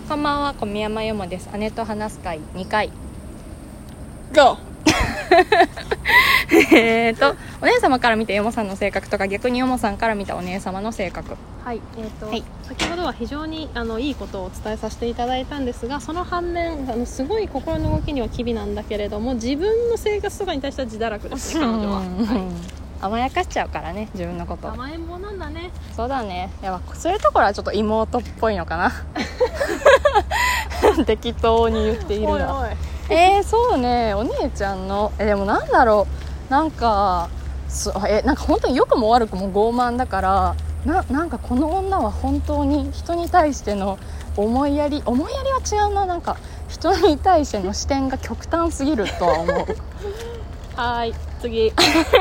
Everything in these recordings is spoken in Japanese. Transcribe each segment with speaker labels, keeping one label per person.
Speaker 1: こんばんは、小宮山よもです。姉と話す会2回
Speaker 2: GO
Speaker 1: お姉様から見てよもさんの性格とか、逆によもさんから見たお姉様の性格。
Speaker 2: はい、
Speaker 1: はい、
Speaker 2: 先ほどは非常にいいことをお伝えさせていただいたんですが、その反面すごい心の動きには機微なんだけれども、自分の生活とかに対しては自堕落ですね、彼女は。
Speaker 1: 甘やかしちゃうからね、自分のこと。
Speaker 2: 甘えん坊なんだね。
Speaker 1: そうだね。やっぱそういうところはちょっと妹っぽいのかな適当に言っているが。
Speaker 2: おいおい
Speaker 1: そうね、お姉ちゃんのでもなんだろう、なんか本当に良くも悪くも傲慢だから、なんかこの女は本当に人に対しての思いやりは違うな。なんか人に対しての視点が極端すぎるとは思う
Speaker 2: はい次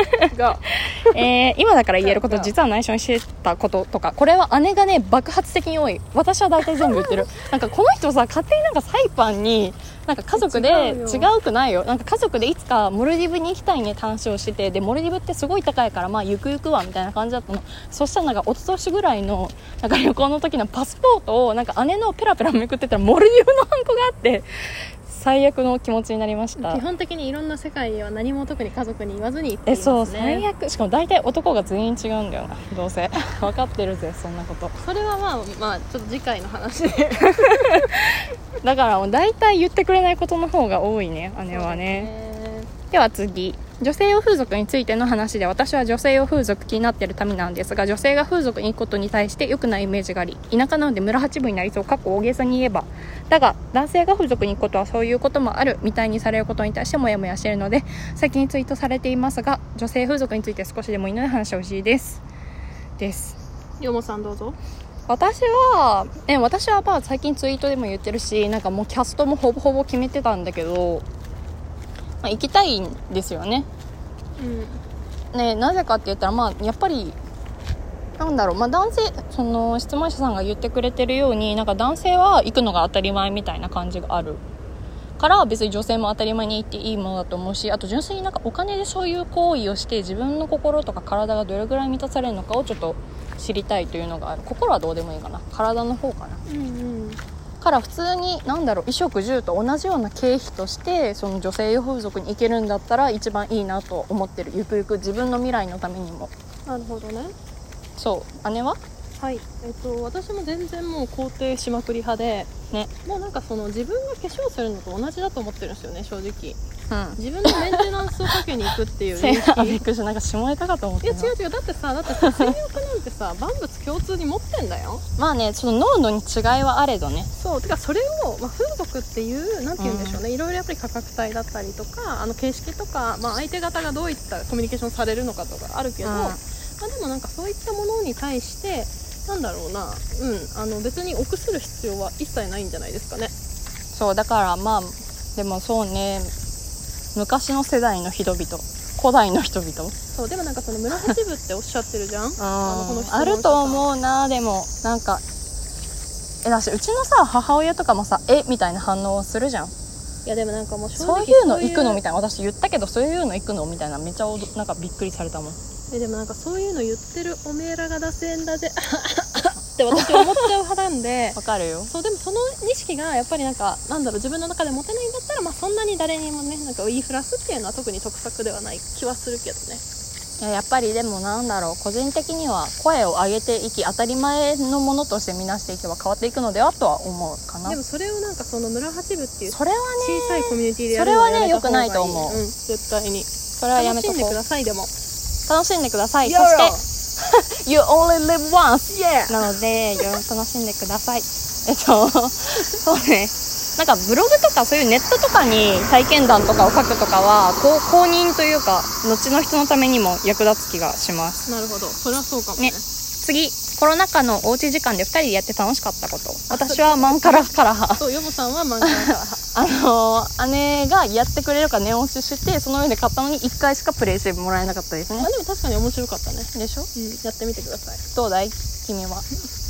Speaker 1: 今だから言えること、実は内緒にしてたこととか、これは姉がね爆発的に多い。私は大体全部言ってるなんかこの人さ、勝手になんかサイパンになんか家族で違うくないよ。なんか家族でいつかモルディブに行きたいねって話をしてて、でモルディブってすごい高いから、まあゆくゆくはみたいな感じだったの。そしたらなんか一昨年ぐらいのなんか旅行の時のパスポートをなんか姉のペラペラめくってたらモルディブのハンコがあって、最悪の気持ちになりました。
Speaker 2: 基本的にいろんな世界は何も特に家族に言わずに行っていますね。
Speaker 1: そう、最悪。しかも大体男が全員違うんだよな、どうせ分かってるぜそんなこと。
Speaker 2: それはまあちょっと次回の話で
Speaker 1: だからもう大体言ってくれないことの方が多いね、姉はね。では次、女性用風俗についての話で、私は女性用風俗気になっているためなんですが、女性が風俗に行くことに対して良くないイメージがあり、田舎なので村八分になりそう、かっこ大げさに言えば。だが男性が風俗に行くことはそういうこともあるみたいにされることに対してモヤモヤしているので、先にツイートされていますが、女性風俗について少しでもいいので話してほしいです
Speaker 2: よもさんどうぞ。
Speaker 1: 私はまあ最近ツイートでも言ってるし、なんかもうキャストもほぼほぼ決めてたんだけど、まあ、行きたいんですよね。なぜかって言ったら、やっぱりなんだろう、男性、その質問者さんが言ってくれてるように、なんか男性は行くのが当たり前みたいな感じがあるから、別に女性も当たり前に行っていいものだと思うし、あと純粋になんかお金でそういう行為をして自分の心とか体がどれぐらい満たされるのかをちょっと知りたいというのがある。心はどうでもいいかな、体の方かな。から普通に衣食住と同じような経費としてその女性用風俗に行けるんだったら一番いいなと思ってる。ゆくゆく自分の未来のためにも。
Speaker 2: なるほどね。
Speaker 1: そう姉は
Speaker 2: はい、私も全然もう肯定しまくり派で、ね、もうなんかその自分が化粧するのと同じだと思ってるんですよね、正直。自分のメンテナンスをかけに行くっていう認識
Speaker 1: びっくりした、なんか下ネタかと思って。
Speaker 2: いや違う、だってさ性欲なんてさ万物共通に持ってんだよ。
Speaker 1: まあね、その濃度に違いはあれどね。
Speaker 2: そうてか、それを、風俗っていうなんて言うんでしょうね、いろいろやっぱり価格帯だったりとか形式とか、相手方がどういったコミュニケーションされるのかとかあるけど、でもなんかそういったものに対してなんだろうな、別に臆する必要は一切ないんじゃないですかね。
Speaker 1: そうだからでもそうね、昔の世代の人々、古代の人々、
Speaker 2: そうでもなんかその村八部っておっしゃってるじゃん
Speaker 1: あると思うな。でもなんかだし、うちのさ母親とかもさみたいな反応をするじゃん。
Speaker 2: いやでもなんかもう正
Speaker 1: 直そういうの行くのみたいな、私言ったけどそういうの行くのみたいな、めっちゃなんかびっくりされたもん。
Speaker 2: でもなんかそういうの言ってるおめえらが出せんだぜって私は思っちゃう派なんで
Speaker 1: わかるよ。
Speaker 2: そうでもその意識がやっぱりなんだろう、自分の中で持てないんだったら、そんなに誰にもねなんか言いふらすっていうのは特に得策ではない気はするけどね。
Speaker 1: やっぱりでも個人的には声を上げていき、当たり前のものとして見なしていけば変わっていくのではとは思うかな。
Speaker 2: でもそれをなんかその村八部っていう
Speaker 1: それはね
Speaker 2: 小さいコミュニティでやるのはやめた方がいい。
Speaker 1: それはね良くないと思う。
Speaker 2: 絶対に
Speaker 1: それはやめとこう。
Speaker 2: 楽しんでください。でも
Speaker 1: 楽しんでください。そして You only live once、なので楽しんでください。そうね、なんかブログとかそういうネットとかに体験談とかを書くとかは公認というか後の人のためにも役立つ気がします。
Speaker 2: なるほど、それはそうかもね。
Speaker 1: 次、コロナ禍のおうち時間で2人でやって楽しかったこと。私はマンカラから
Speaker 2: そう、ヨモさんはマンカラから
Speaker 1: 姉がやってくれるか念押ししてその上で買ったのに1回しかプレイしてもらえなかったですね。
Speaker 2: でも確かに面白かったね。
Speaker 1: でしょ、
Speaker 2: やってみてください。
Speaker 1: どうだい君は。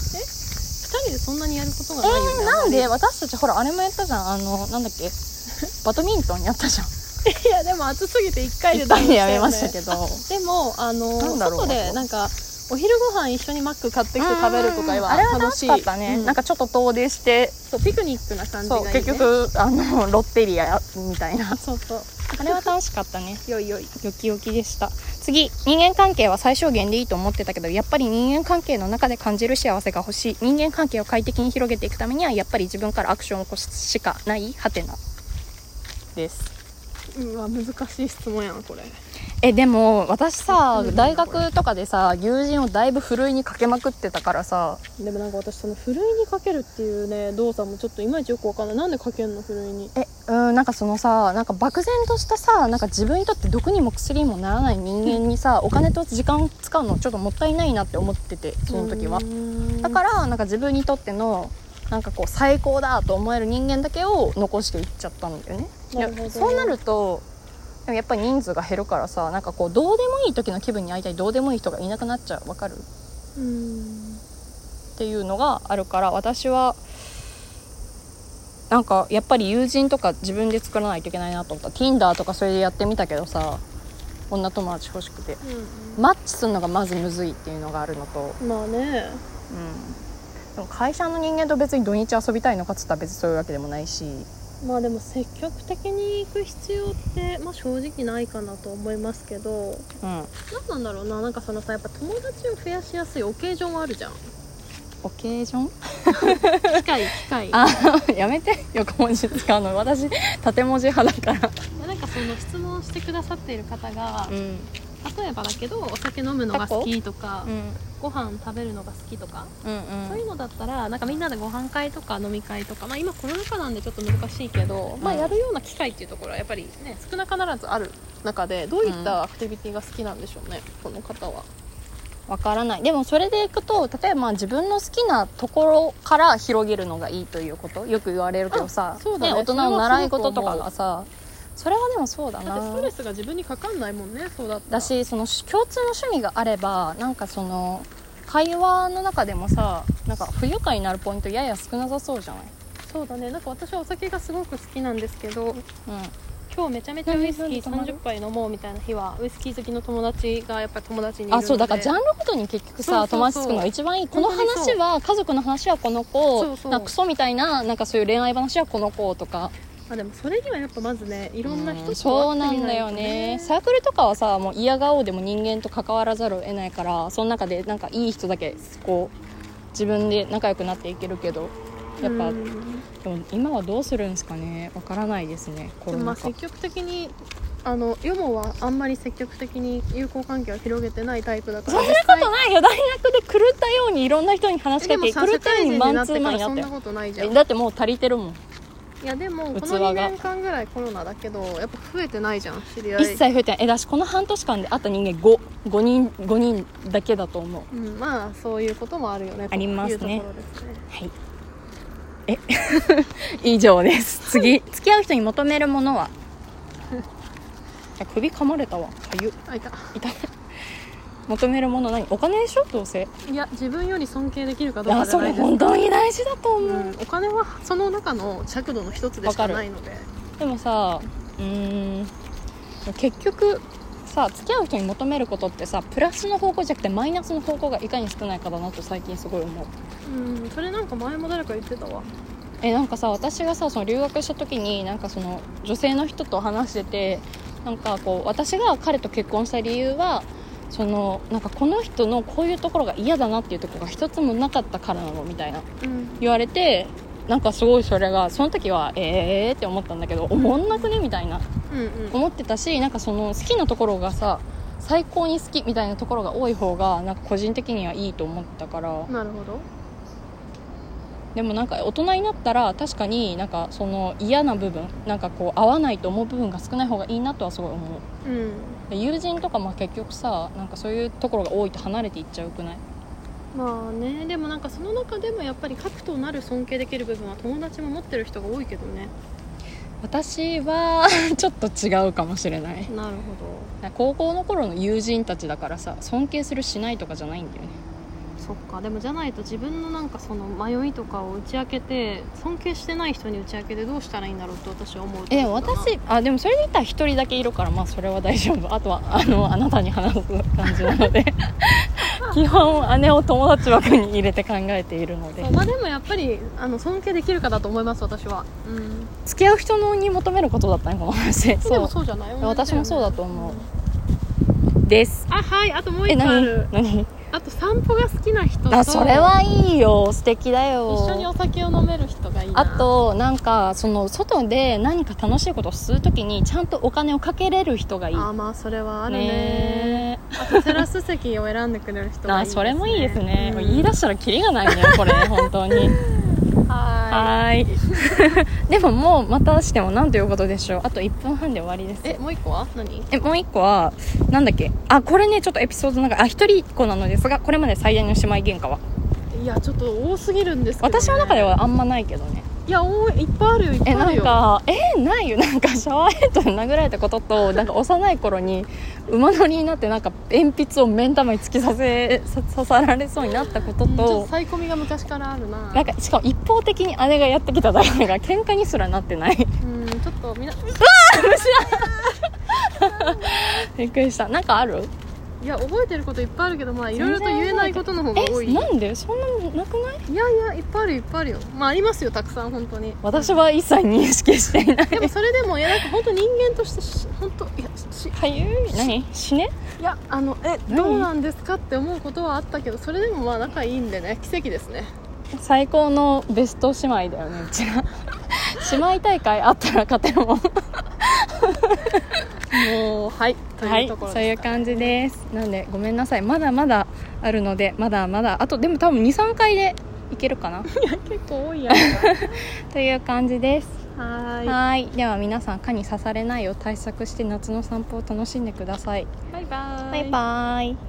Speaker 2: 2人でそんなにやることがないよね。
Speaker 1: なんで私たちほらあれもやったじゃん、なんだっけバドミントンやったじゃん。
Speaker 2: いやでも暑すぎて1回で
Speaker 1: やめましたけど
Speaker 2: でも外でなんかお昼ご飯一緒にマック買ってきて食べるとかは
Speaker 1: あれは楽
Speaker 2: 楽しい。
Speaker 1: しかったね、なんかちょっと遠出して、
Speaker 2: そうピクニックな感じがいいね。
Speaker 1: そう結局ロッテリアみたいな
Speaker 2: そうそう
Speaker 1: あれは楽しかったね。
Speaker 2: よいよい。
Speaker 1: よきよきでした。次、人間関係は最小限でいいと思ってたけど、やっぱり人間関係の中で感じる幸せが欲しい。人間関係を快適に広げていくためにはやっぱり自分からアクションを起こすしかないハテナです。
Speaker 2: うわ難しい質問やなこれ。
Speaker 1: でも私さ、大学とかでさ友人をだいぶふるいにかけまくってたからさ。
Speaker 2: でもなんか私そのふるいにかけるっていうね動作もちょっといまいちよくわかんない。なんでかけんのふるいに。
Speaker 1: なんかそのさ、なんか漠然としたさ、なんか自分にとって毒にも薬にもならない人間にさお金と時間を使うのちょっともったいないなって思ってて、その時は。だからなんか自分にとってのなんかこう最高だと思える人間だけを残していっちゃったんだよね。そうなるとでもやっぱり人数が減るからさ、なんかこうどうでもいい時の気分に会いたいどうでもいい人がいなくなっちゃう。わかる？っていうのがあるから、私はなんかやっぱり友人とか自分で作らないといけないなと思った。 Tinder とかそれでやってみたけどさ、女友達欲しくて、マッチするのがまずむずいっていうのがあるのと、
Speaker 2: まあね、
Speaker 1: でも会社の人間と別に土日遊びたいのかっつったら別にそういうわけでもないし、
Speaker 2: まあでも積極的に行く必要って、まあ、正直ないかなと思いますけど、何なんだろうな、なんかそのさやっぱ友達を増やしやすいオケージョンあるじゃん。
Speaker 1: オケージョン
Speaker 2: 機械
Speaker 1: やめて横文字使うの。私縦文字派だから
Speaker 2: なんかその質問してくださっている方が、例えばだけどお酒飲むのが好きとか、ご飯食べるのが好きとか、そういうのだったらなんかみんなでご飯会とか飲み会とか、まあ、今コロナ禍なんでちょっと難しいけど、まあ、やるような機会っていうところはやっぱりね少なからずある中で、どういったアクティビティが好きなんでしょうね、この方は。
Speaker 1: わからない。でもそれでいくと、例えば自分の好きなところから広げるのがいいということよく言われるけどさ、ね、大人の習い事とかがさ、それはでもそうだな。
Speaker 2: だってストレスが自分にかかんないもんね。そうだった
Speaker 1: だし、その共通の趣味があれば、なんかその会話の中でもさ、なんか不愉快になるポイントやや少なさそうじゃない？
Speaker 2: そうだね。なんか私はお酒がすごく好きなんですけど、今日めちゃめちゃウイスキー30杯飲もうみたいな日はウイスキー好きの友達がやっぱり友達にいるので、
Speaker 1: そうだからジャンルごとに結局さ友達つくのが一番いい。この話は家族の話はこの子、なんかクソみたいな、なんかそういう恋愛話はこの子とか。
Speaker 2: でもそれにはやっぱまずね、いろんな人と会ってみないとね。
Speaker 1: そうなんだよね。サークルとかはさ、もう嫌顔でも人間と関わらざるを得ないから、その中でなんかいい人だけこう自分で仲良くなっていけるけど、やっぱ、でも今はどうするんですかね、わからないですね、コロナ禍。
Speaker 2: 積極的にヨモはあんまり積極的に友好関係を広げてないタイプだから。
Speaker 1: そんなことないよ。大学で狂ったようにいろんな人に話しかけて、狂ったようにマンツーマンになって
Speaker 2: そんなことないじゃん。
Speaker 1: だってもう足りてるもん。
Speaker 2: いやでもこの2年間ぐらいコロナだけどやっぱ増えてないじゃん、知り合い。
Speaker 1: 一切増えてない。だしこの半年間で会った人間5人だけだと思う。
Speaker 2: まあそういうこともあるよね。
Speaker 1: ありますね。
Speaker 2: というところです
Speaker 1: ね。はい以上です。次付き合う人に求めるものは首噛まれたわ。かゆいた求めるもの何？お金でしょ、どうせ。
Speaker 2: いや自分より尊敬できるかどうかじゃないですか。
Speaker 1: それ本当に大事だと思う。
Speaker 2: お金はその中の尺度の一つでしかないので。
Speaker 1: でもさ、結局さ、付き合う人に求めることってさ、プラスの方向じゃなくてマイナスの方向がいかに少ないかだなと最近すごい思う。
Speaker 2: それなんか前も誰か言ってたわ。
Speaker 1: なんかさ、私がさその留学した時になんかその女性の人と話してて、なんかこう私が彼と結婚した理由はそのなんかこの人のこういうところが嫌だなっていうところが一つもなかったからなのみたいな、言われて、なんかすごいそれがその時はって思ったんだけど、思んなくねみたいな、思ってたし、なんかその好きなところがさ最高に好きみたいなところが多い方がなんか個人的にはいいと思ったから。
Speaker 2: なるほど。
Speaker 1: でもなんか大人になったら確かになんかその嫌な部分、なんかこう合わないと思う部分が少ない方がいいなとはすごい思う。友人とかも結局さ、なんかそういうところが多いと離れていっちゃうくない？
Speaker 2: まあね、でもなんかその中でもやっぱり核となる尊敬できる部分は友達も持ってる人が多いけどね。
Speaker 1: 私はちょっと違うかもしれない。
Speaker 2: なるほど。
Speaker 1: 高校の頃の友人たちだからさ、尊敬するしないとかじゃないんだよね。
Speaker 2: そっか。でもじゃないと自分のなんかその迷いとかを打ち明けて、尊敬してない人に打ち明けてどうしたらいいんだろうって私は思う。
Speaker 1: でもそれで言ったら一人だけいるから、まあそれは大丈夫。あとはあなたに話す感じなので基本姉を友達枠に入れて考えているので、
Speaker 2: まあでもやっぱり尊敬できるかだと思います私は、
Speaker 1: 付き合う人のに求めることだったのかもしれない。
Speaker 2: でもそうじゃない、
Speaker 1: 私もそうだと思う、です。
Speaker 2: はい、あともう一個ある。
Speaker 1: 何
Speaker 2: あと散歩が好きな人と、
Speaker 1: それはいいよ、素敵だよ。
Speaker 2: 一緒にお酒を飲める人がいいな。
Speaker 1: あとなんかその外で何か楽しいことをするときにちゃんとお金をかけれる人がいい。
Speaker 2: まあそれはある ね。あとテラス席を選んでくれる人がいいですね。
Speaker 1: それもいいですね、言い出したらキリがないねこれ本当にはいでももうまたしてもなんということでしょう。あと1分半で終わりです。
Speaker 2: もう一個は何？
Speaker 1: もう一個はなんだっけ。これねちょっとエピソード長い。一人っ子なのですが、これまで最大の姉妹喧嘩は、
Speaker 2: いやちょっと多すぎるんですけど、ね、
Speaker 1: 私の中ではあんまないけどね。
Speaker 2: いやいっぱいあるよ、いっぱいあるよ。
Speaker 1: ないよ。なんかシャワーヘッドで殴られたことと、なんか幼い頃に馬乗りになってなんか鉛筆を目ん玉に突き刺さられそうになったことと、ちょっ
Speaker 2: とサイコミが昔からあるな。
Speaker 1: なんかしかも一方的に姉がやってきただけが喧嘩にすらなってない。ちょっ
Speaker 2: とみんな
Speaker 1: びっくりした。なんかある？
Speaker 2: いや覚えてることいっぱいあるけど、いろいろと言えないことの方が多い。
Speaker 1: なんでそんななくない？
Speaker 2: いやいっぱいあるよ。ありますよ、たくさん。本当に
Speaker 1: 私は一切認識していない。
Speaker 2: でもそれでもなんか本当人間として本当
Speaker 1: 何死ね。
Speaker 2: いやどうなんですかって思うことはあったけど、それでも仲いいんでね、奇跡ですね。
Speaker 1: 最高のベスト姉妹だよね、うちら姉妹大会あったら勝てるもん
Speaker 2: もうというところですかね。
Speaker 1: そういう感じです。なんでごめんなさい、まだまだあるので、まだまだあとでも多分 2,3 回でいけるかな。
Speaker 2: いや結構多いやん
Speaker 1: という感じです。
Speaker 2: はい。
Speaker 1: では皆さん蚊に刺されないよう対策して夏の散歩を楽しんでください。
Speaker 2: バイバーイ。
Speaker 1: バイバーイ。